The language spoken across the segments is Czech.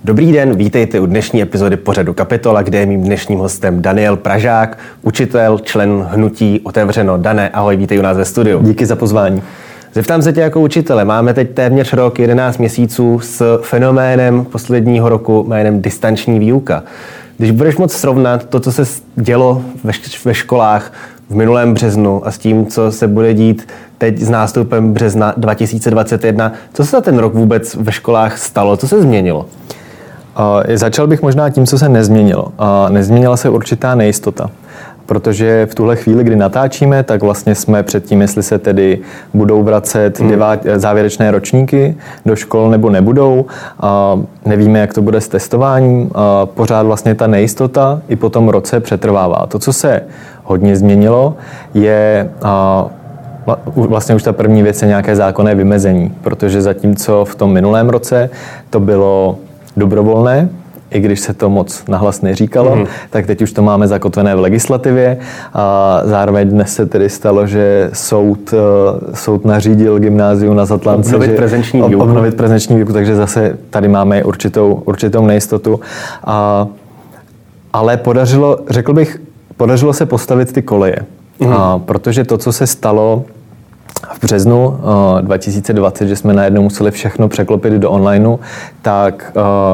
Dobrý den, vítejte u dnešní epizody pořadu Kapitola, kde je mým dnešním hostem Daniel Pražák, učitel, člen hnutí Otevřeno. Dané, ahoj, vítej u nás ve studiu. Díky za pozvání. Zeptám se tě jako učitele. Máme teď téměř rok, 11 měsíců s fenoménem posledního roku jménem distanční výuka. Když budeš moct srovnat to, co se dělo ve školách v minulém březnu a s tím, co se bude dít teď s nástupem března 2021, co se za ten rok vůbec ve školách stalo? Co se změnilo? Začal bych možná tím, co se nezměnilo. Nezměnila se určitá nejistota. Protože v tuhle chvíli, kdy natáčíme, tak vlastně jsme před tím, jestli se tedy budou vracet závěrečné ročníky do škol nebo nebudou. Nevíme, jak to bude s testováním. Pořád vlastně ta nejistota i po tom roce přetrvává. To, co se hodně změnilo, je vlastně už ta první věc je nějaké zákonné vymezení. Protože zatímco v tom minulém roce to bylo dobrovolné, i když se to moc nahlas neříkalo, tak teď už to máme zakotvené v legislativě. A zároveň dnes se tedy stalo, že soud nařídil gymnáziu na Zatlance obnovit prezenční výuku, takže zase tady máme určitou nejistotu. Ale podařilo se postavit ty koleje. Protože to, co se stalo v březnu 2020, že jsme najednou museli všechno překlopit do onlineu, tak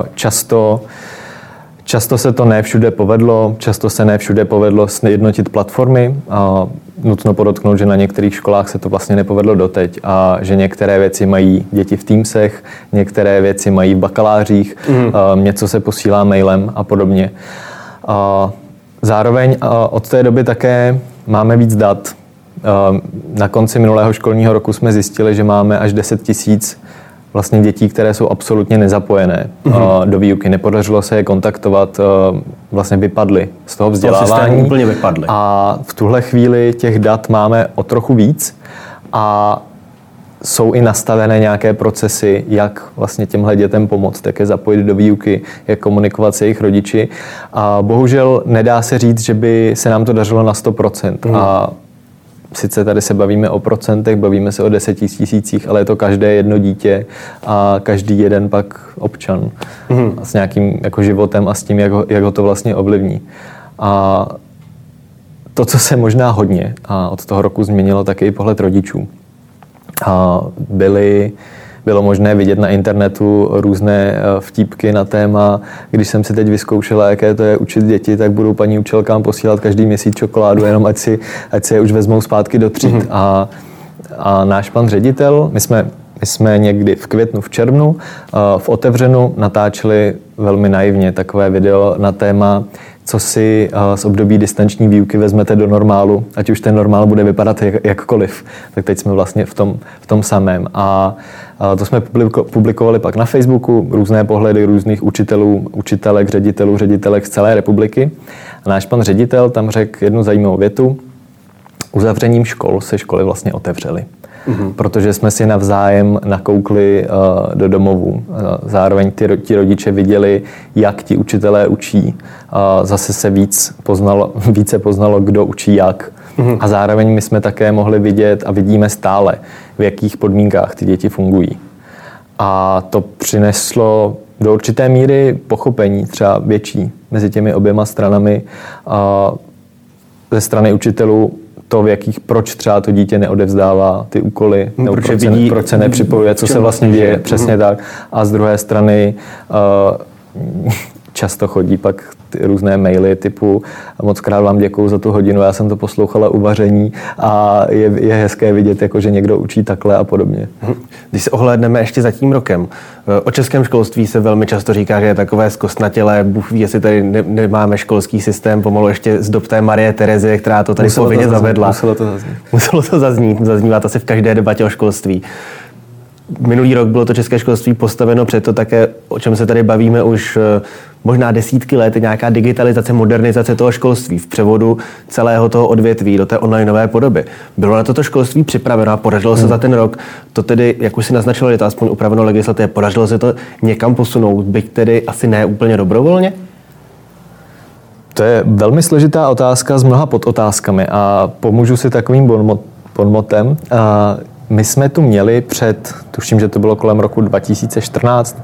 často se to ne všude povedlo, často se ne všude povedlo sjednotit platformy. Nutno podotknout, že na některých školách se to vlastně nepovedlo doteď a že některé věci mají děti v Teamsech, některé věci mají v bakalářích, něco se posílá mailem a podobně. Zároveň od té doby také máme víc dat. Na konci minulého školního roku jsme zjistili, že máme až 10 000 vlastně dětí, které jsou absolutně nezapojené do výuky. Nepodařilo se je kontaktovat, vlastně vypadly z toho vzdělávání. Úplně vypadly. A v tuhle chvíli těch dat máme o trochu víc a jsou i nastavené nějaké procesy, jak vlastně těmhle dětem pomoct, jak je zapojit do výuky, jak komunikovat s jejich rodiči. A bohužel nedá se říct, že by se nám to dařilo na 100%. A sice tady se bavíme o procentech, bavíme se o 10 000, ale je to každé jedno dítě a každý jeden pak občan s nějakým jako životem a s tím, jak ho to vlastně ovlivní. A to, co se možná hodně od toho roku změnilo, tak je i pohled rodičů. Bylo možné vidět na internetu různé vtípky na téma, když jsem si teď vyzkoušela, jaké to je učit děti, tak budou paní učitelkám posílat každý měsíc čokoládu, jenom ať si je už vezmou zpátky do tříd. A náš pan ředitel, my jsme někdy v květnu, v červnu v Otevřenu natáčeli velmi naivně takové video na téma, co si z období distanční výuky vezmete do normálu, ať už ten normál bude vypadat jakkoliv. Tak teď jsme vlastně v tom samém. A to jsme publikovali pak na Facebooku, různé pohledy různých učitelů, učitelek, ředitelek z celé republiky. A náš pan ředitel tam řekl jednu zajímavou větu. Uzavřením škol se školy vlastně otevřely. Protože jsme si navzájem nakoukli do domovů. Zároveň ti rodiče viděli, jak ti učitelé učí. Zase se více poznalo, kdo učí jak. A zároveň my jsme také mohli vidět a vidíme stále, v jakých podmínkách ty děti fungují. A to přineslo do určité míry pochopení, třeba větší, mezi těmi oběma stranami. Ze strany učitelů to, proč třeba to dítě neodevzdává ty úkoly, nebo proč se nepřipojuje, co se vlastně děje, přesně tak. A z druhé strany často chodí pak ty různé maily typu moc krát vám děkuju za tu hodinu, já jsem to poslouchala u vaření a je hezké vidět, jako, že někdo učí takhle a podobně. Když se ohlédneme ještě za tím rokem, o českém školství se velmi často říká, že je takové zkostnatělé, Bůh ví, jestli tady nemáme školský systém, pomalu ještě z dob té Marie Terezie, která to tady povinně zavedla. Muselo to zaznít. Zaznívá to asi v každé debatě o školství. Minulý rok bylo to české školství postaveno před to také, o čem se tady bavíme už možná desítky let, nějaká digitalizace, modernizace toho školství v převodu celého toho odvětví do té onlineové podoby. Bylo na toto školství připraveno a podařilo se za ten rok, to tedy, jak už si naznačilo, je to aspoň upraveno legislativě, podařilo se to někam posunout, byť tedy asi ne úplně dobrovolně? To je velmi složitá otázka s mnoha podotázkami a pomůžu si takovým bonmotem. My jsme tu měli tuším, že to bylo kolem roku 2014,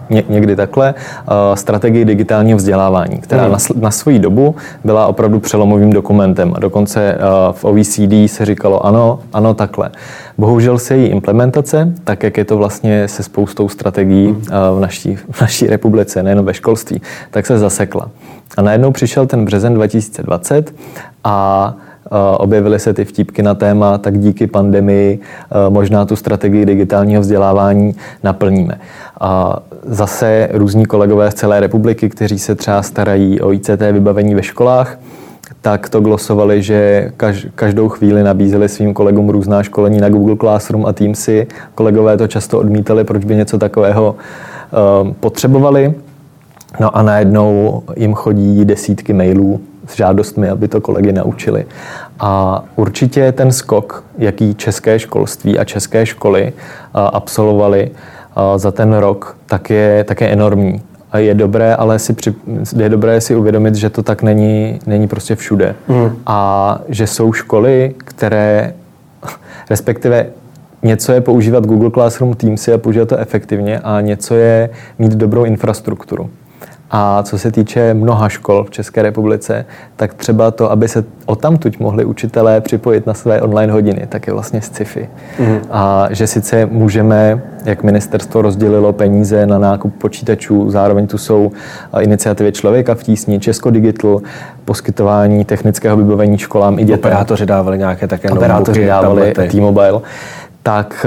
někdy takhle, strategii digitálního vzdělávání, která na svoji dobu byla opravdu přelomovým dokumentem. A dokonce v OECD se říkalo ano, takhle. Bohužel se její implementace, tak jak je to vlastně se spoustou strategií v naší republice, nejen ve školství, tak se zasekla. A najednou přišel ten březen 2020 a objevily se ty vtípky na téma, tak díky pandemii možná tu strategii digitálního vzdělávání naplníme. A zase různí kolegové z celé republiky, kteří se třeba starají o ICT vybavení ve školách, tak to glosovali, že každou chvíli nabízeli svým kolegům různá školení na Google Classroom a Teamsy. Kolegové to často odmítali, proč by něco takového potřebovali. No a najednou jim chodí desítky mailů s žádostmi, aby to kolegy naučili. A určitě ten skok, jaký české školství a české školy absolvovali za ten rok, tak je enormní. A je dobré, ale je dobré si uvědomit, že to tak není prostě všude. A že jsou školy, které, respektive něco je používat Google Classroom, Teamsy a používat to efektivně a něco je mít dobrou infrastrukturu. A co se týče mnoha škol v České republice, tak třeba to, aby se odtamtud mohli učitelé připojit na své online hodiny, tak je vlastně sci-fi. A že sice můžeme, jak ministerstvo rozdělilo peníze na nákup počítačů, zároveň tu jsou iniciativy Člověka v tísni, Česko Digital, poskytování technického vybavení školám i dětem. Operátoři dávali nějaké také notebooky, dávali T-Mobile. Tak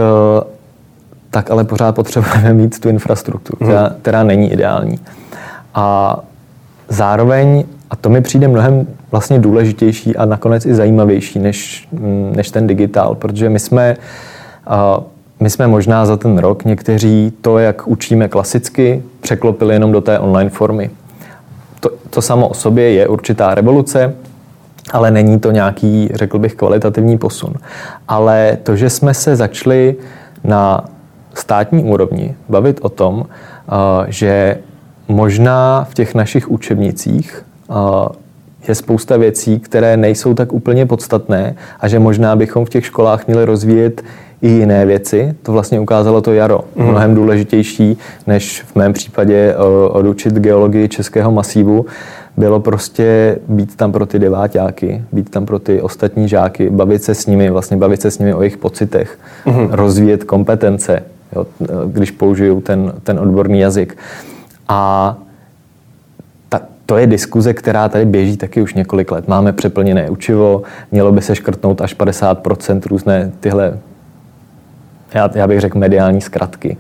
ale pořád potřebujeme mít tu infrastrukturu, která není ideální. A zároveň, a to mi přijde mnohem vlastně důležitější a nakonec i zajímavější než ten digitál, protože my jsme možná za ten rok někteří to, jak učíme klasicky, překlopili jenom do té online formy. To samo o sobě je určitá revoluce, ale není to nějaký, řekl bych, kvalitativní posun. Ale to, že jsme se začali na státní úrovni bavit o tom, že možná v těch našich učebnicích je spousta věcí, které nejsou tak úplně podstatné a že možná bychom v těch školách měli rozvíjet i jiné věci. To vlastně ukázalo to jaro. Mnohem důležitější, než v mém případě odučit geologii českého masívu, bylo prostě být tam pro ty deváťáky, být tam pro ty ostatní žáky, bavit se s nimi o jejich pocitech, rozvíjet kompetence, jo, když použiju ten odborný jazyk. A to je diskuze, která tady běží taky už několik let. Máme přeplněné učivo, mělo by se škrtnout až 50% různé tyhle, já bych řekl, mediální zkratky.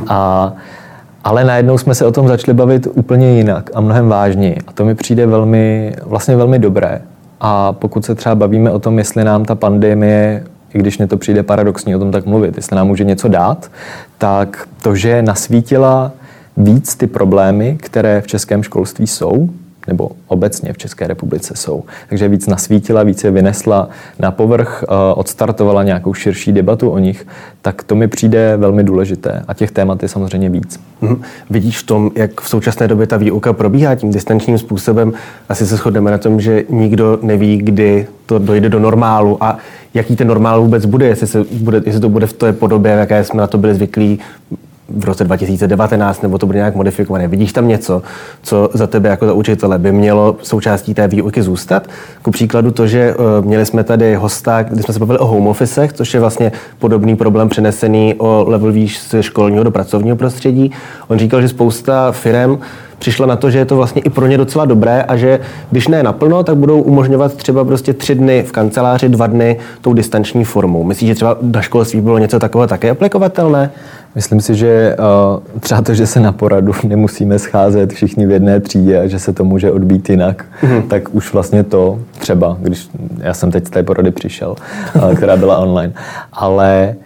Ale najednou jsme se o tom začali bavit úplně jinak a mnohem vážněji. A to mi přijde velmi dobré. A pokud se třeba bavíme o tom, jestli nám ta pandemie, i když mně to přijde paradoxní o tom tak mluvit, jestli nám může něco dát, tak to, že nasvítila víc ty problémy, které v českém školství jsou, nebo obecně v České republice jsou. Takže víc nasvítila, víc je vynesla na povrch, odstartovala nějakou širší debatu o nich, tak to mi přijde velmi důležité. A těch témat je samozřejmě víc. Vidíš v tom, jak v současné době ta výuka probíhá tím distančním způsobem? Asi se shodneme na tom, že nikdo neví, kdy to dojde do normálu a jaký ten normál vůbec bude, jestli to bude v té podobě, v jaké jsme na to byli zvyklí v roce 2019, nebo to bude nějak modifikované. Vidíš tam něco, co za tebe jako za učitele by mělo součástí té výuky zůstat? Ku příkladu to, že měli jsme tady hosta, kdy jsme se bavili o home officech, což je vlastně podobný problém přenesený o level výš z školního do pracovního prostředí. On říkal, že spousta firem přišla na to, že je to vlastně i pro ně docela dobré a že když ne naplno, tak budou umožňovat třeba prostě 3 dny v kanceláři, 2 dny tou distanční formou. Myslíš, že třeba na školství bylo něco takového také aplikovatelné? Myslím si, že třeba to, že se na poradu nemusíme scházet všichni v jedné třídě a že se to může odbít jinak, tak už vlastně to třeba, když já jsem teď z té porady přišel, která byla online, ale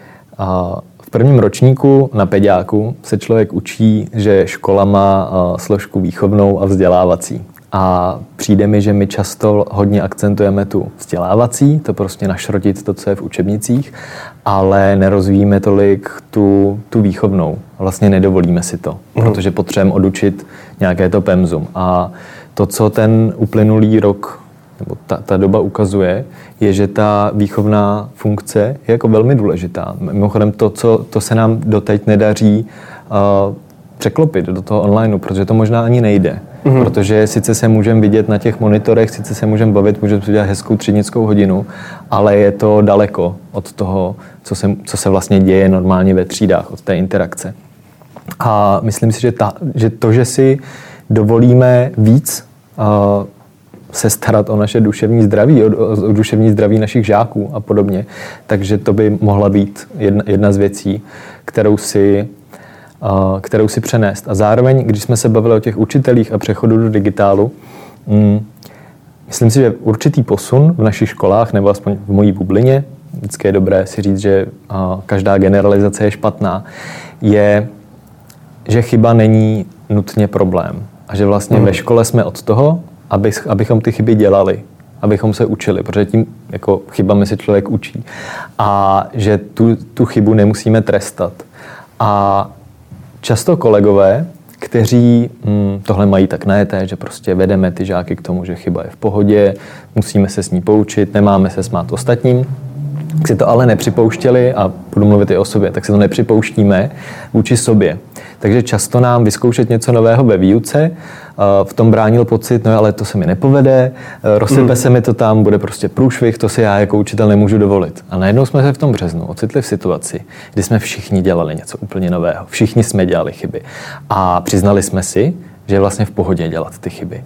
v prvním ročníku na peďáku se člověk učí, že škola má složku výchovnou a vzdělávací. A přijde mi, že my často hodně akcentujeme tu vzdělávací, to prostě našrotit to, co je v učebnicích, ale nerozvíjíme tolik tu výchovnou. Vlastně nedovolíme si to, protože potřebujeme odučit nějaké to pemzum. A to, co ten uplynulý rok nebo ta doba ukazuje, je, že ta výchovná funkce je jako velmi důležitá. Mimochodem to se nám doteď nedaří překlopit do toho onlineu, protože to možná ani nejde. Protože sice se můžeme vidět na těch monitorech, sice se můžeme bavit, můžeme si dělat hezkou třídnickou hodinu, ale je to daleko od toho, co se vlastně děje normálně ve třídách, od té interakce. A myslím si, že si dovolíme víc se starat o naše duševní zdraví, o duševní zdraví našich žáků a podobně. Takže to by mohla být jedna z věcí, kterou si přenést. A zároveň, když jsme se bavili o těch učitelích a přechodu do digitálu, myslím si, že určitý posun v našich školách, nebo aspoň v mojí bublině, vždycky je dobré si říct, že každá generalizace je špatná, je, že chyba není nutně problém. A že vlastně ve škole jsme od toho, abychom ty chyby dělali, abychom se učili, protože tím jako chybami se člověk učí. A že tu chybu nemusíme trestat. A často kolegové, kteří tohle mají tak najeté, že prostě vedeme ty žáky k tomu, že chyba je v pohodě, musíme se s ní poučit, nemáme se smát ostatním, si to ale nepřipouštěli, a budu mluvit i o sobě, tak si to nepřipouštíme vůči sobě. Takže často nám vyzkoušet něco nového ve výuce, v tom bránil pocit, no ale to se mi nepovede, rozsype se mi to tam, bude prostě průšvih, to si já jako učitel nemůžu dovolit. A najednou jsme se v tom březnu ocitli v situaci, kdy jsme všichni dělali něco úplně nového. Všichni jsme dělali chyby. A přiznali jsme si, že je vlastně v pohodě dělat ty chyby.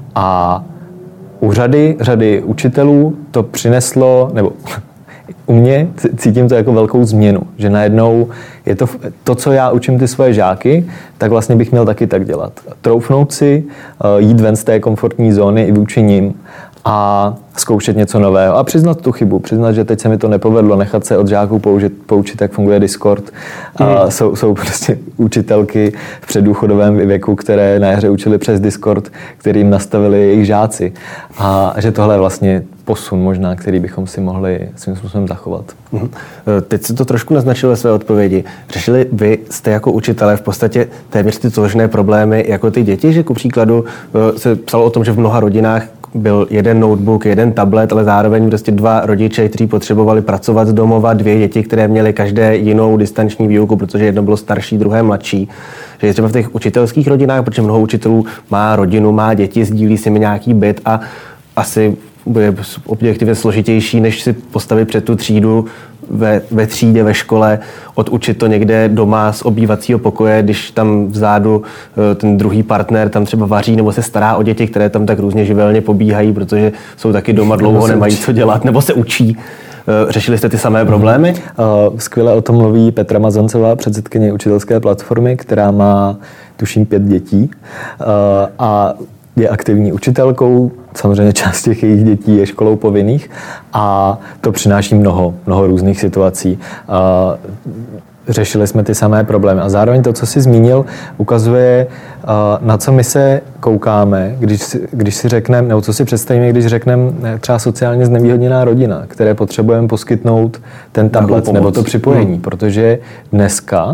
A u řady učitelů to přineslo, nebo u mě cítím to jako velkou změnu, že najednou je to, co já učím ty svoje žáky, tak vlastně bych měl taky tak dělat. Troufnout si, jít ven z té komfortní zóny i vůči nim a zkoušet něco nového a přiznat tu chybu, přiznat, že teď se mi to nepovedlo, nechat se od žáků poučit, jak funguje Discord. Jsou prostě učitelky v předdůchodovém věku, které na jaře učili přes Discord, kterým nastavili jejich žáci. A že tohle je vlastně posun možná, který bychom si mohli svým způsobem zachovat. Teď si to trošku naznačil ve své odpovědi. Řešili vy jste jako učitelé v podstatě téměř ty totožné problémy jako ty děti, že ku příkladu se psalo o tom, že v mnoha rodinách byl jeden notebook, jeden tablet, ale zároveň prostě dva rodiče, kteří potřebovali pracovat z domova, dvě děti, které měly každé jinou distanční výuku, protože jedno bylo starší, druhé mladší. Že je třeba v těch učitelských rodinách, protože mnoho učitelů má rodinu, má děti, sdílí si mi nějaký byt a asi bude objektivně složitější, než si postavit před tu třídu ve třídě, ve škole, odučit to někde doma z obývacího pokoje, když tam vzadu ten druhý partner tam třeba vaří nebo se stará o děti, které tam tak různě živelně pobíhají, protože jsou taky doma dlouho, nemají co dělat, nebo se učí. Řešili jste ty samé problémy? Skvěle o tom mluví Petra Mazancová, předsedkyně učitelské platformy, která má, tuším, 5 dětí a je aktivní učitelkou, samozřejmě část těch jejich dětí je školou povinných a to přináší mnoho různých situací. Řešili jsme ty samé problémy a zároveň to, co jsi zmínil, ukazuje, na co my se koukáme, když si řekneme, nebo co si představíme, když řekneme třeba sociálně znevýhodněná rodina, které potřebujeme poskytnout ten tablet nebo to připojení, protože dneska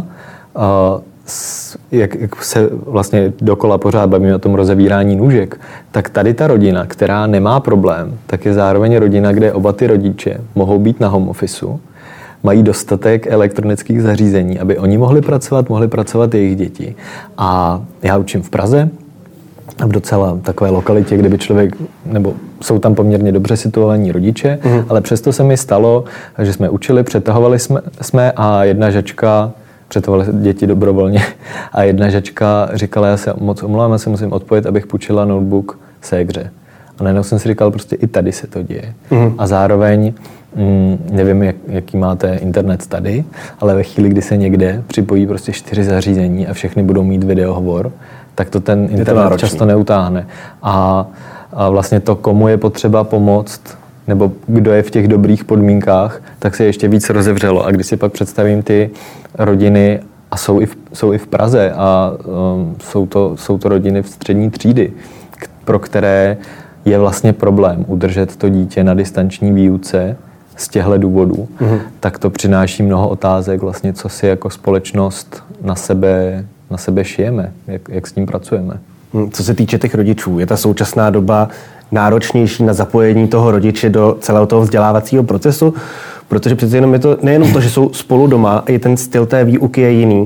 jak se vlastně dokola pořád bavíme o tom rozevírání nůžek, tak tady ta rodina, která nemá problém, tak je zároveň rodina, kde oba ty rodiče mohou být na home officeu, mají dostatek elektronických zařízení, aby oni mohli pracovat jejich děti. A já učím v Praze, v docela takové lokalitě, kde by člověk, nebo jsou tam poměrně dobře situovaní rodiče, ale přesto se mi stalo, že jsme učili, přetahovali jsme a jedna žačka přetahovali děti dobrovolně a jedna žačka říkala, já se moc omlouvám, já se musím odpojit, abych půjčila notebook ségře. A najednou jsem si říkal, prostě i tady se to děje. A zároveň nevím, jaký máte internet tady, ale ve chvíli, kdy se někde připojí prostě 4 zařízení a všechny budou mít videohovor, tak to ten internet často neutáhne. A vlastně to, komu je potřeba pomoct, nebo kdo je v těch dobrých podmínkách, tak se ještě víc rozevřelo. A když si pak představím ty rodiny, a jsou i v Praze, a jsou to rodiny v střední třídy, pro které je vlastně problém udržet to dítě na distanční výuce z těchto důvodů, tak to přináší mnoho otázek, vlastně, co si jako společnost na sebe šijeme, jak s tím pracujeme. Co se týče těch rodičů, je ta současná doba náročnější na zapojení toho rodiče do celého toho vzdělávacího procesu, protože přece jenom je to nejenom to, že jsou spolu doma, i ten styl té výuky je jiný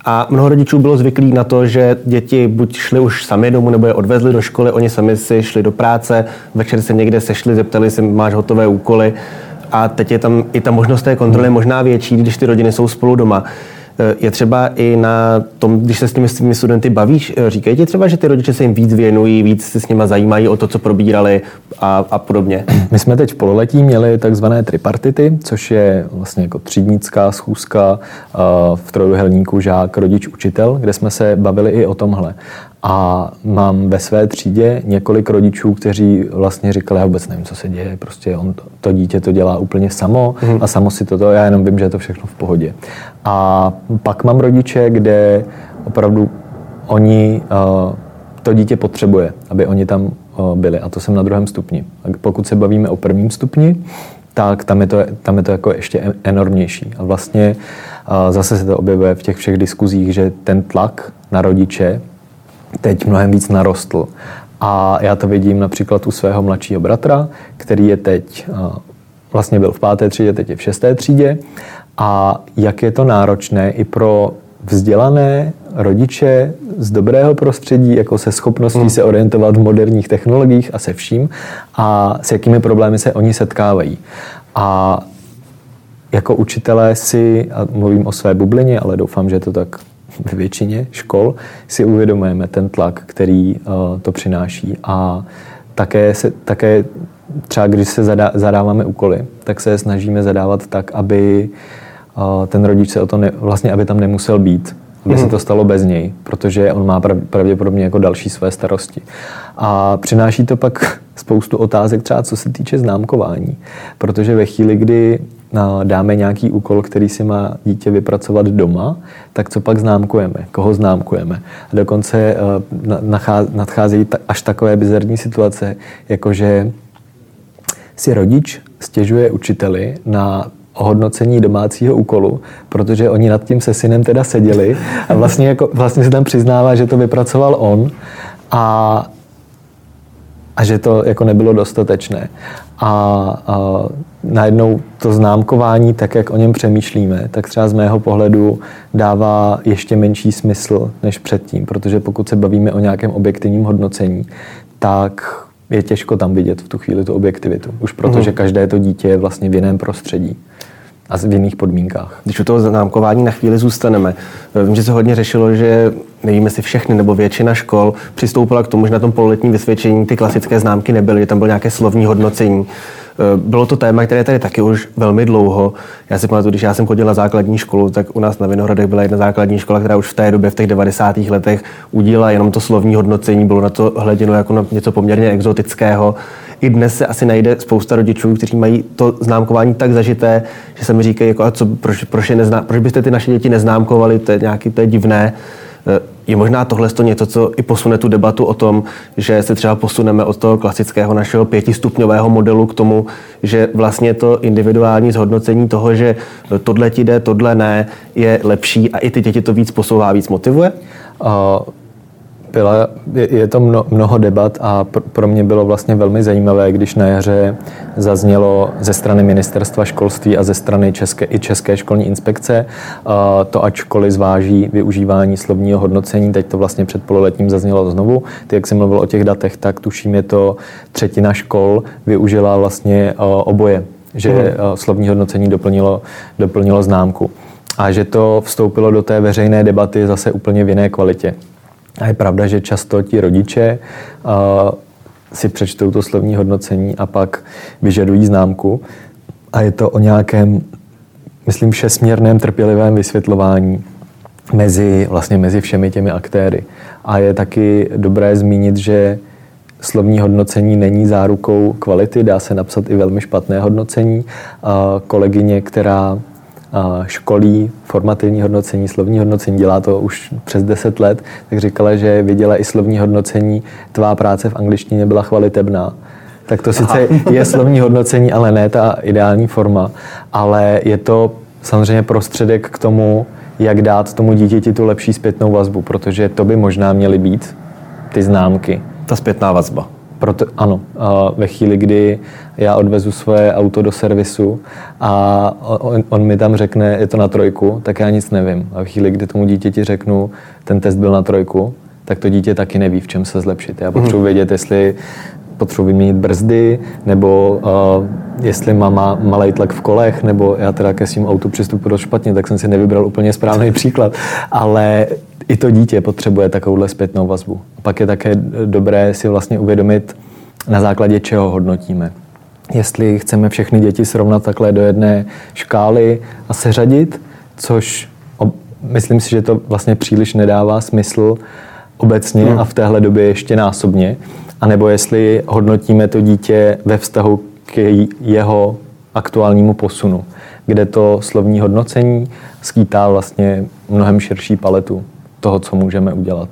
A mnoho rodičů bylo zvyklí na to, že děti buď šly už sami domů, nebo je odvezli do školy, oni sami si šli do práce, večer se někde sešli, zeptali si, máš hotové úkoly. A teď je tam i ta možnost té kontroly možná větší, když ty rodiny jsou spolu doma. Je třeba i na tom, když se s těmi svými studenty bavíš, říkají ti třeba, že ty rodiče se jim víc věnují, víc se s nima zajímají o to, co probírali a podobně? My jsme teď v pololetí měli takzvané tripartity, což je vlastně jako třídnická schůzka v trojúhelníku žák, rodič, učitel, kde jsme se bavili i o tomhle. A mám ve své třídě několik rodičů, kteří vlastně říkali, já vůbec nevím, co se děje, prostě to dítě to dělá úplně samo a samo si to, já jenom vím, že je to všechno v pohodě. A pak mám rodiče, kde opravdu oni to dítě potřebuje, aby oni tam byli, a to jsem na 2. stupni. A pokud se bavíme o 1. stupni, tak tam je to jako ještě enormnější. A vlastně zase se to objevuje v těch všech diskuzích, že ten tlak na rodiče teď mnohem víc narostl. A já to vidím například u svého mladšího bratra, který je teď, vlastně byl v 5. třídě, teď je v 6. třídě. A jak je to náročné i pro vzdělané rodiče z dobrého prostředí, jako se schopností se orientovat v moderních technologiích a se vším, a s jakými problémy se oni setkávají. A jako učitelé si, a mluvím o své bublině, ale doufám, že je to tak ve většině škol, si uvědomujeme ten tlak, který to přináší. A také třeba když se zadáváme úkoly, tak se snažíme zadávat tak, aby ten rodič se o to vlastně aby tam nemusel být, aby se to stalo bez něj, protože on má pravděpodobně jako další své starosti. A přináší to pak spoustu otázek, třeba co se týče známkování, protože ve chvíli, kdy dáme nějaký úkol, který si má dítě vypracovat doma, tak co pak známkujeme? Koho známkujeme? A dokonce nadcházejí až takové bizarní situace, jakože si rodič stěžuje učiteli na ohodnocení domácího úkolu, protože oni nad tím se synem teda seděli a vlastně se tam přiznává, že to vypracoval on a že to jako nebylo dostatečné. A najednou to známkování, tak jak o něm přemýšlíme, tak třeba z mého pohledu dává ještě menší smysl než předtím, protože pokud se bavíme o nějakém objektivním hodnocení, tak je těžko tam vidět v tu chvíli tu objektivitu. Už protože každé to dítě je vlastně v jiném prostředí a v jiných podmínkách. Když u toho známkování na chvíli zůstaneme, vím, že se hodně řešilo, že nevím, jestli všechny nebo většina škol přistoupila k tomu, že na tom pololetním vysvědčení ty klasické známky nebyly, že tam bylo nějaké slovní hodnocení. Bylo to téma, které tady taky už velmi dlouho. Já si pamatuju, když já jsem chodil na základní školu, tak u nás na Vinohradech byla jedna základní škola, která už v té době, v těch 90. letech, udělala jenom to slovní hodnocení, bylo na to hleděno jako na něco poměrně exotického. I dnes se asi najde spousta rodičů, kteří mají to známkování tak zažité, že se mi říkají, jako, a co, proč byste ty naše děti neznámkovali, to je divné. Je možná tohle něco, co i posune tu debatu o tom, že se třeba posuneme od toho klasického našeho 5stupňového modelu k tomu, že vlastně to individuální zhodnocení toho, že tohle ti jde, tohle ne, je lepší a i ty děti to víc posouvá, víc motivuje? Je to mnoho debat a pro mě bylo vlastně velmi zajímavé, když na jaře zaznělo ze strany Ministerstva školství a ze strany České školní inspekce to, ať školy zváží využívání slovního hodnocení. Teď to vlastně před pololetím zaznělo znovu. Ty, jak jsem mluvil o těch datech, tak tuším, je to 1/3 škol využila vlastně oboje, že slovní hodnocení doplnilo známku. A že to vstoupilo do té veřejné debaty zase úplně v jiné kvalitě. A je pravda, že často ti rodiče si přečtou to slovní hodnocení a pak vyžadují známku. A je to o nějakém, myslím, 6směrném trpělivém vysvětlování mezi všemi těmi aktéry. A je taky dobré zmínit, že slovní hodnocení není zárukou kvality, dá se napsat i velmi špatné hodnocení. Kolegyně, která školí formativní hodnocení, slovní hodnocení, dělá to už přes 10 let, tak říkala, že viděla i slovní hodnocení, tvá práce v angličtině byla chvalitebná. Tak to sice je slovní hodnocení, ale ne ta ideální forma, ale je to samozřejmě prostředek k tomu, jak dát tomu dítěti tu lepší zpětnou vazbu, protože to by možná měly být ty známky. Ta zpětná vazba. Ano, ve chvíli, kdy já odvezu svoje auto do servisu a on mi tam řekne, je to na 3, tak já nic nevím. A ve chvíli, kdy tomu dítěti řeknu, ten test byl na 3, tak to dítě taky neví, v čem se zlepšit. Já potřebuji vědět, jestli potřebuji vyměnit brzdy, nebo jestli má malej tlak v kolech, nebo já teda ke svým autu přistupuji dost špatně, tak jsem si nevybral úplně správný příklad. Ale i to dítě potřebuje takovouhle zpětnou vazbu. Pak je také dobré si vlastně uvědomit, na základě čeho hodnotíme. Jestli chceme všechny děti srovnat takhle do jedné škály a seřadit, což myslím si, že to vlastně příliš nedává smysl obecně a v téhle době ještě násobně, anebo jestli hodnotíme to dítě ve vztahu k jeho aktuálnímu posunu, kde to slovní hodnocení skýtá vlastně mnohem širší paletu toho, co můžeme udělat.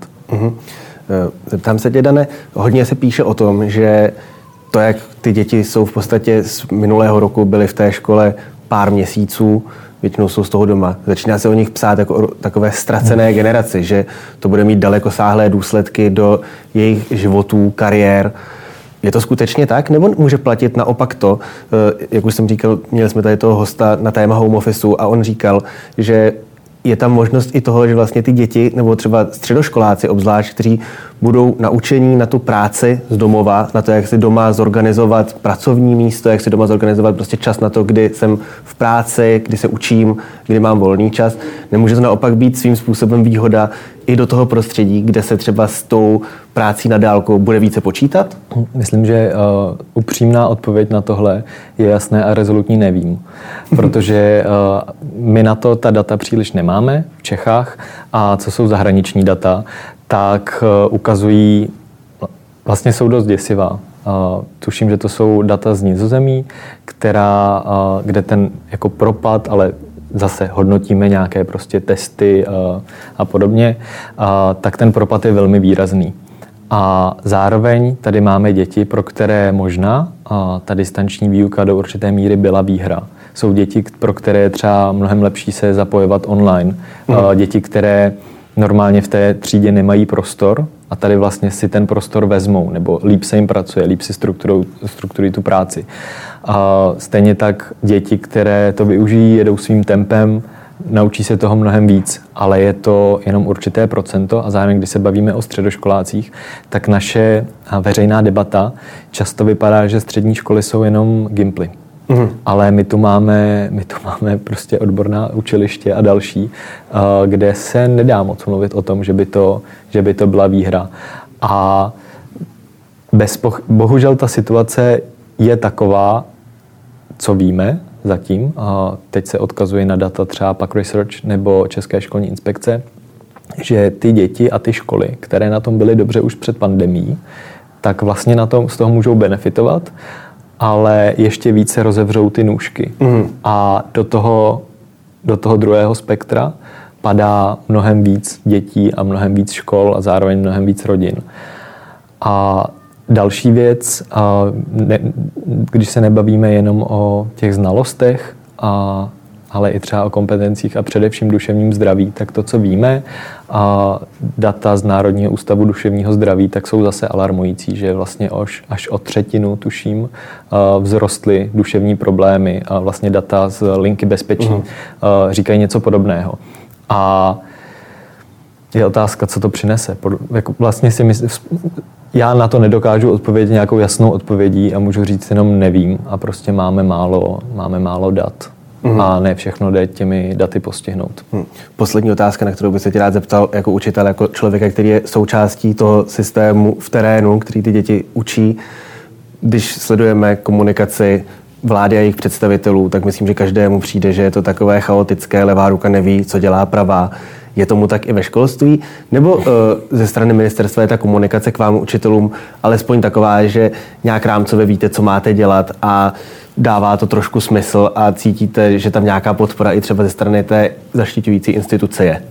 Zeptám se tě, Dane, hodně se píše o tom, že to, jak ty děti jsou v podstatě z minulého roku byly v té škole pár měsíců, většinou jsou z toho doma. Začíná se o nich psát jako o takové ztracené generaci, že to bude mít dalekosáhlé důsledky do jejich životů, kariér. Je to skutečně tak? Nebo může platit naopak to, jak už jsem říkal, měli jsme tady toho hosta na téma home officeu a on říkal, že je tam možnost i toho, že vlastně ty děti, nebo třeba středoškoláci obzvlášť, kteří budou naučení na tu práci z domova, na to, jak si doma zorganizovat pracovní místo, jak si doma zorganizovat prostě čas na to, kdy jsem v práci, kdy se učím, kdy mám volný čas. Nemůže to naopak být svým způsobem výhoda i do toho prostředí, kde se třeba s tou prácí na dálku bude více počítat? Myslím, že upřímná odpověď na tohle je jasné a rezolutní nevím. Protože my na to ta data příliš nemáme v Čechách a co jsou zahraniční data, tak ukazují, vlastně jsou dost děsivá. Tuším, že to jsou data z Nizozemí, kde ten jako propad, ale zase hodnotíme nějaké prostě testy a podobně, tak ten propad je velmi výrazný. A zároveň tady máme děti, pro které možná ta distanční výuka do určité míry byla výhra. Jsou děti, pro které je třeba mnohem lepší se zapojovat online. Děti, které normálně v té třídě nemají prostor a tady vlastně si ten prostor vezmou, nebo líp se jim pracuje, líp si strukturují tu práci. Stejně tak děti, které to využijí, jedou svým tempem, naučí se toho mnohem víc, ale je to jenom určité procento a zároveň, když se bavíme o středoškolácích, tak naše veřejná debata často vypadá, že střední školy jsou jenom gimply. Ale my tu máme prostě odborná učiliště a další, kde se nedá moc mluvit o tom, že by to byla výhra. A bohužel ta situace je taková, co víme zatím. Teď se odkazuje na data třeba PAC Research nebo České školní inspekce, že ty děti a ty školy, které na tom byly dobře už před pandemií, tak vlastně z toho můžou benefitovat, ale ještě více rozevřou ty nůžky. A do toho druhého spektra padá mnohem víc dětí a mnohem víc škol a zároveň mnohem víc rodin. A další věc, když se nebavíme jenom o těch znalostech, ale i třeba o kompetencích a především duševním zdraví, tak to, co víme, data z Národního ústavu duševního zdraví, tak jsou zase alarmující, že vlastně až o 1/3, tuším, vzrostly duševní problémy a vlastně data z linky bezpečí říkají něco podobného. A je otázka, co to přinese. Vlastně si myslím, já na to nedokážu odpovědět nějakou jasnou odpovědí a můžu říct jenom nevím a prostě máme málo dat. A ne všechno jde těmi daty postihnout. Poslední otázka, na kterou bych se tě rád zeptal jako učitel, jako člověka, který je součástí toho systému v terénu, který ty děti učí. Když sledujeme komunikaci vlády a jejich představitelů, tak myslím, že každému přijde, že je to takové chaotické, levá ruka neví, co dělá pravá. Je tomu tak i ve školství? Nebo ze strany ministerstva je ta komunikace k vám učitelům alespoň taková, že nějak rámcově víte, co máte dělat a dává to trošku smysl a cítíte, že tam nějaká podpora i třeba ze strany té zaštiťující instituce je?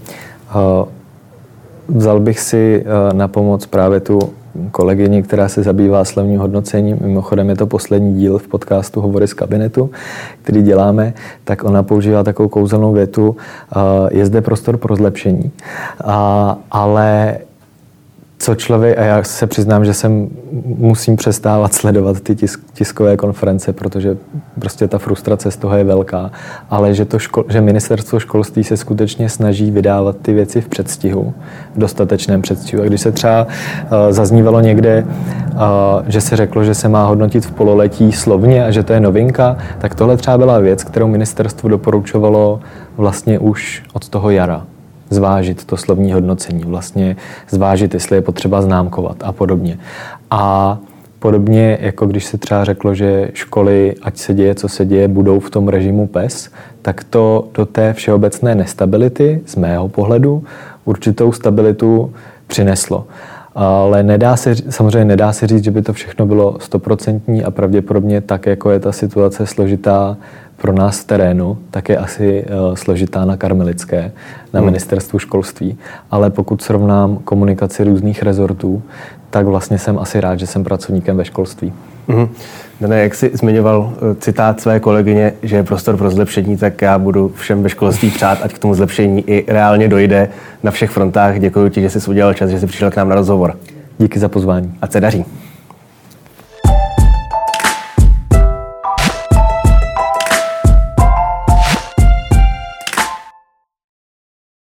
Vzal bych si na pomoc právě tu kolegyni, která se zabývá slovním hodnocením. Mimochodem je to poslední díl v podcastu Hovory z kabinetu, který děláme, tak ona používá takovou kouzelnou větu, je zde prostor pro zlepšení. Ale co člověk, a já se přiznám, že musím přestávat sledovat ty tiskové konference, protože prostě ta frustrace z toho je velká, ale že ministerstvo školství se skutečně snaží vydávat ty věci v předstihu, v dostatečném předstihu. A když se třeba zaznívalo někde, že se řeklo, že se má hodnotit v pololetí slovně a že to je novinka, tak tohle třeba byla věc, kterou ministerstvo doporučovalo vlastně už od toho jara. Zvážit to slovní hodnocení, vlastně zvážit, jestli je potřeba známkovat a podobně. A podobně, jako když se třeba řeklo, že školy, ať se děje, co se děje, budou v tom režimu PES, tak to do té všeobecné nestability, z mého pohledu, určitou stabilitu přineslo. Ale samozřejmě nedá se říct, že by to všechno bylo 100% a pravděpodobně tak, jako je ta situace složitá pro nás v terénu, tak je asi složitá na Karmelitské, na ministerstvu školství. Ale pokud srovnám komunikaci různých rezortů, tak vlastně jsem asi rád, že jsem pracovníkem ve školství. Dane, jak jsi zmiňoval citát své kolegyně, že je prostor pro zlepšení, tak já budu všem ve školství přát, ať k tomu zlepšení i reálně dojde na všech frontách. Děkuji ti, že jsi udělal čas, že jsi přišel k nám na rozhovor. Díky za pozvání. Ať se daří.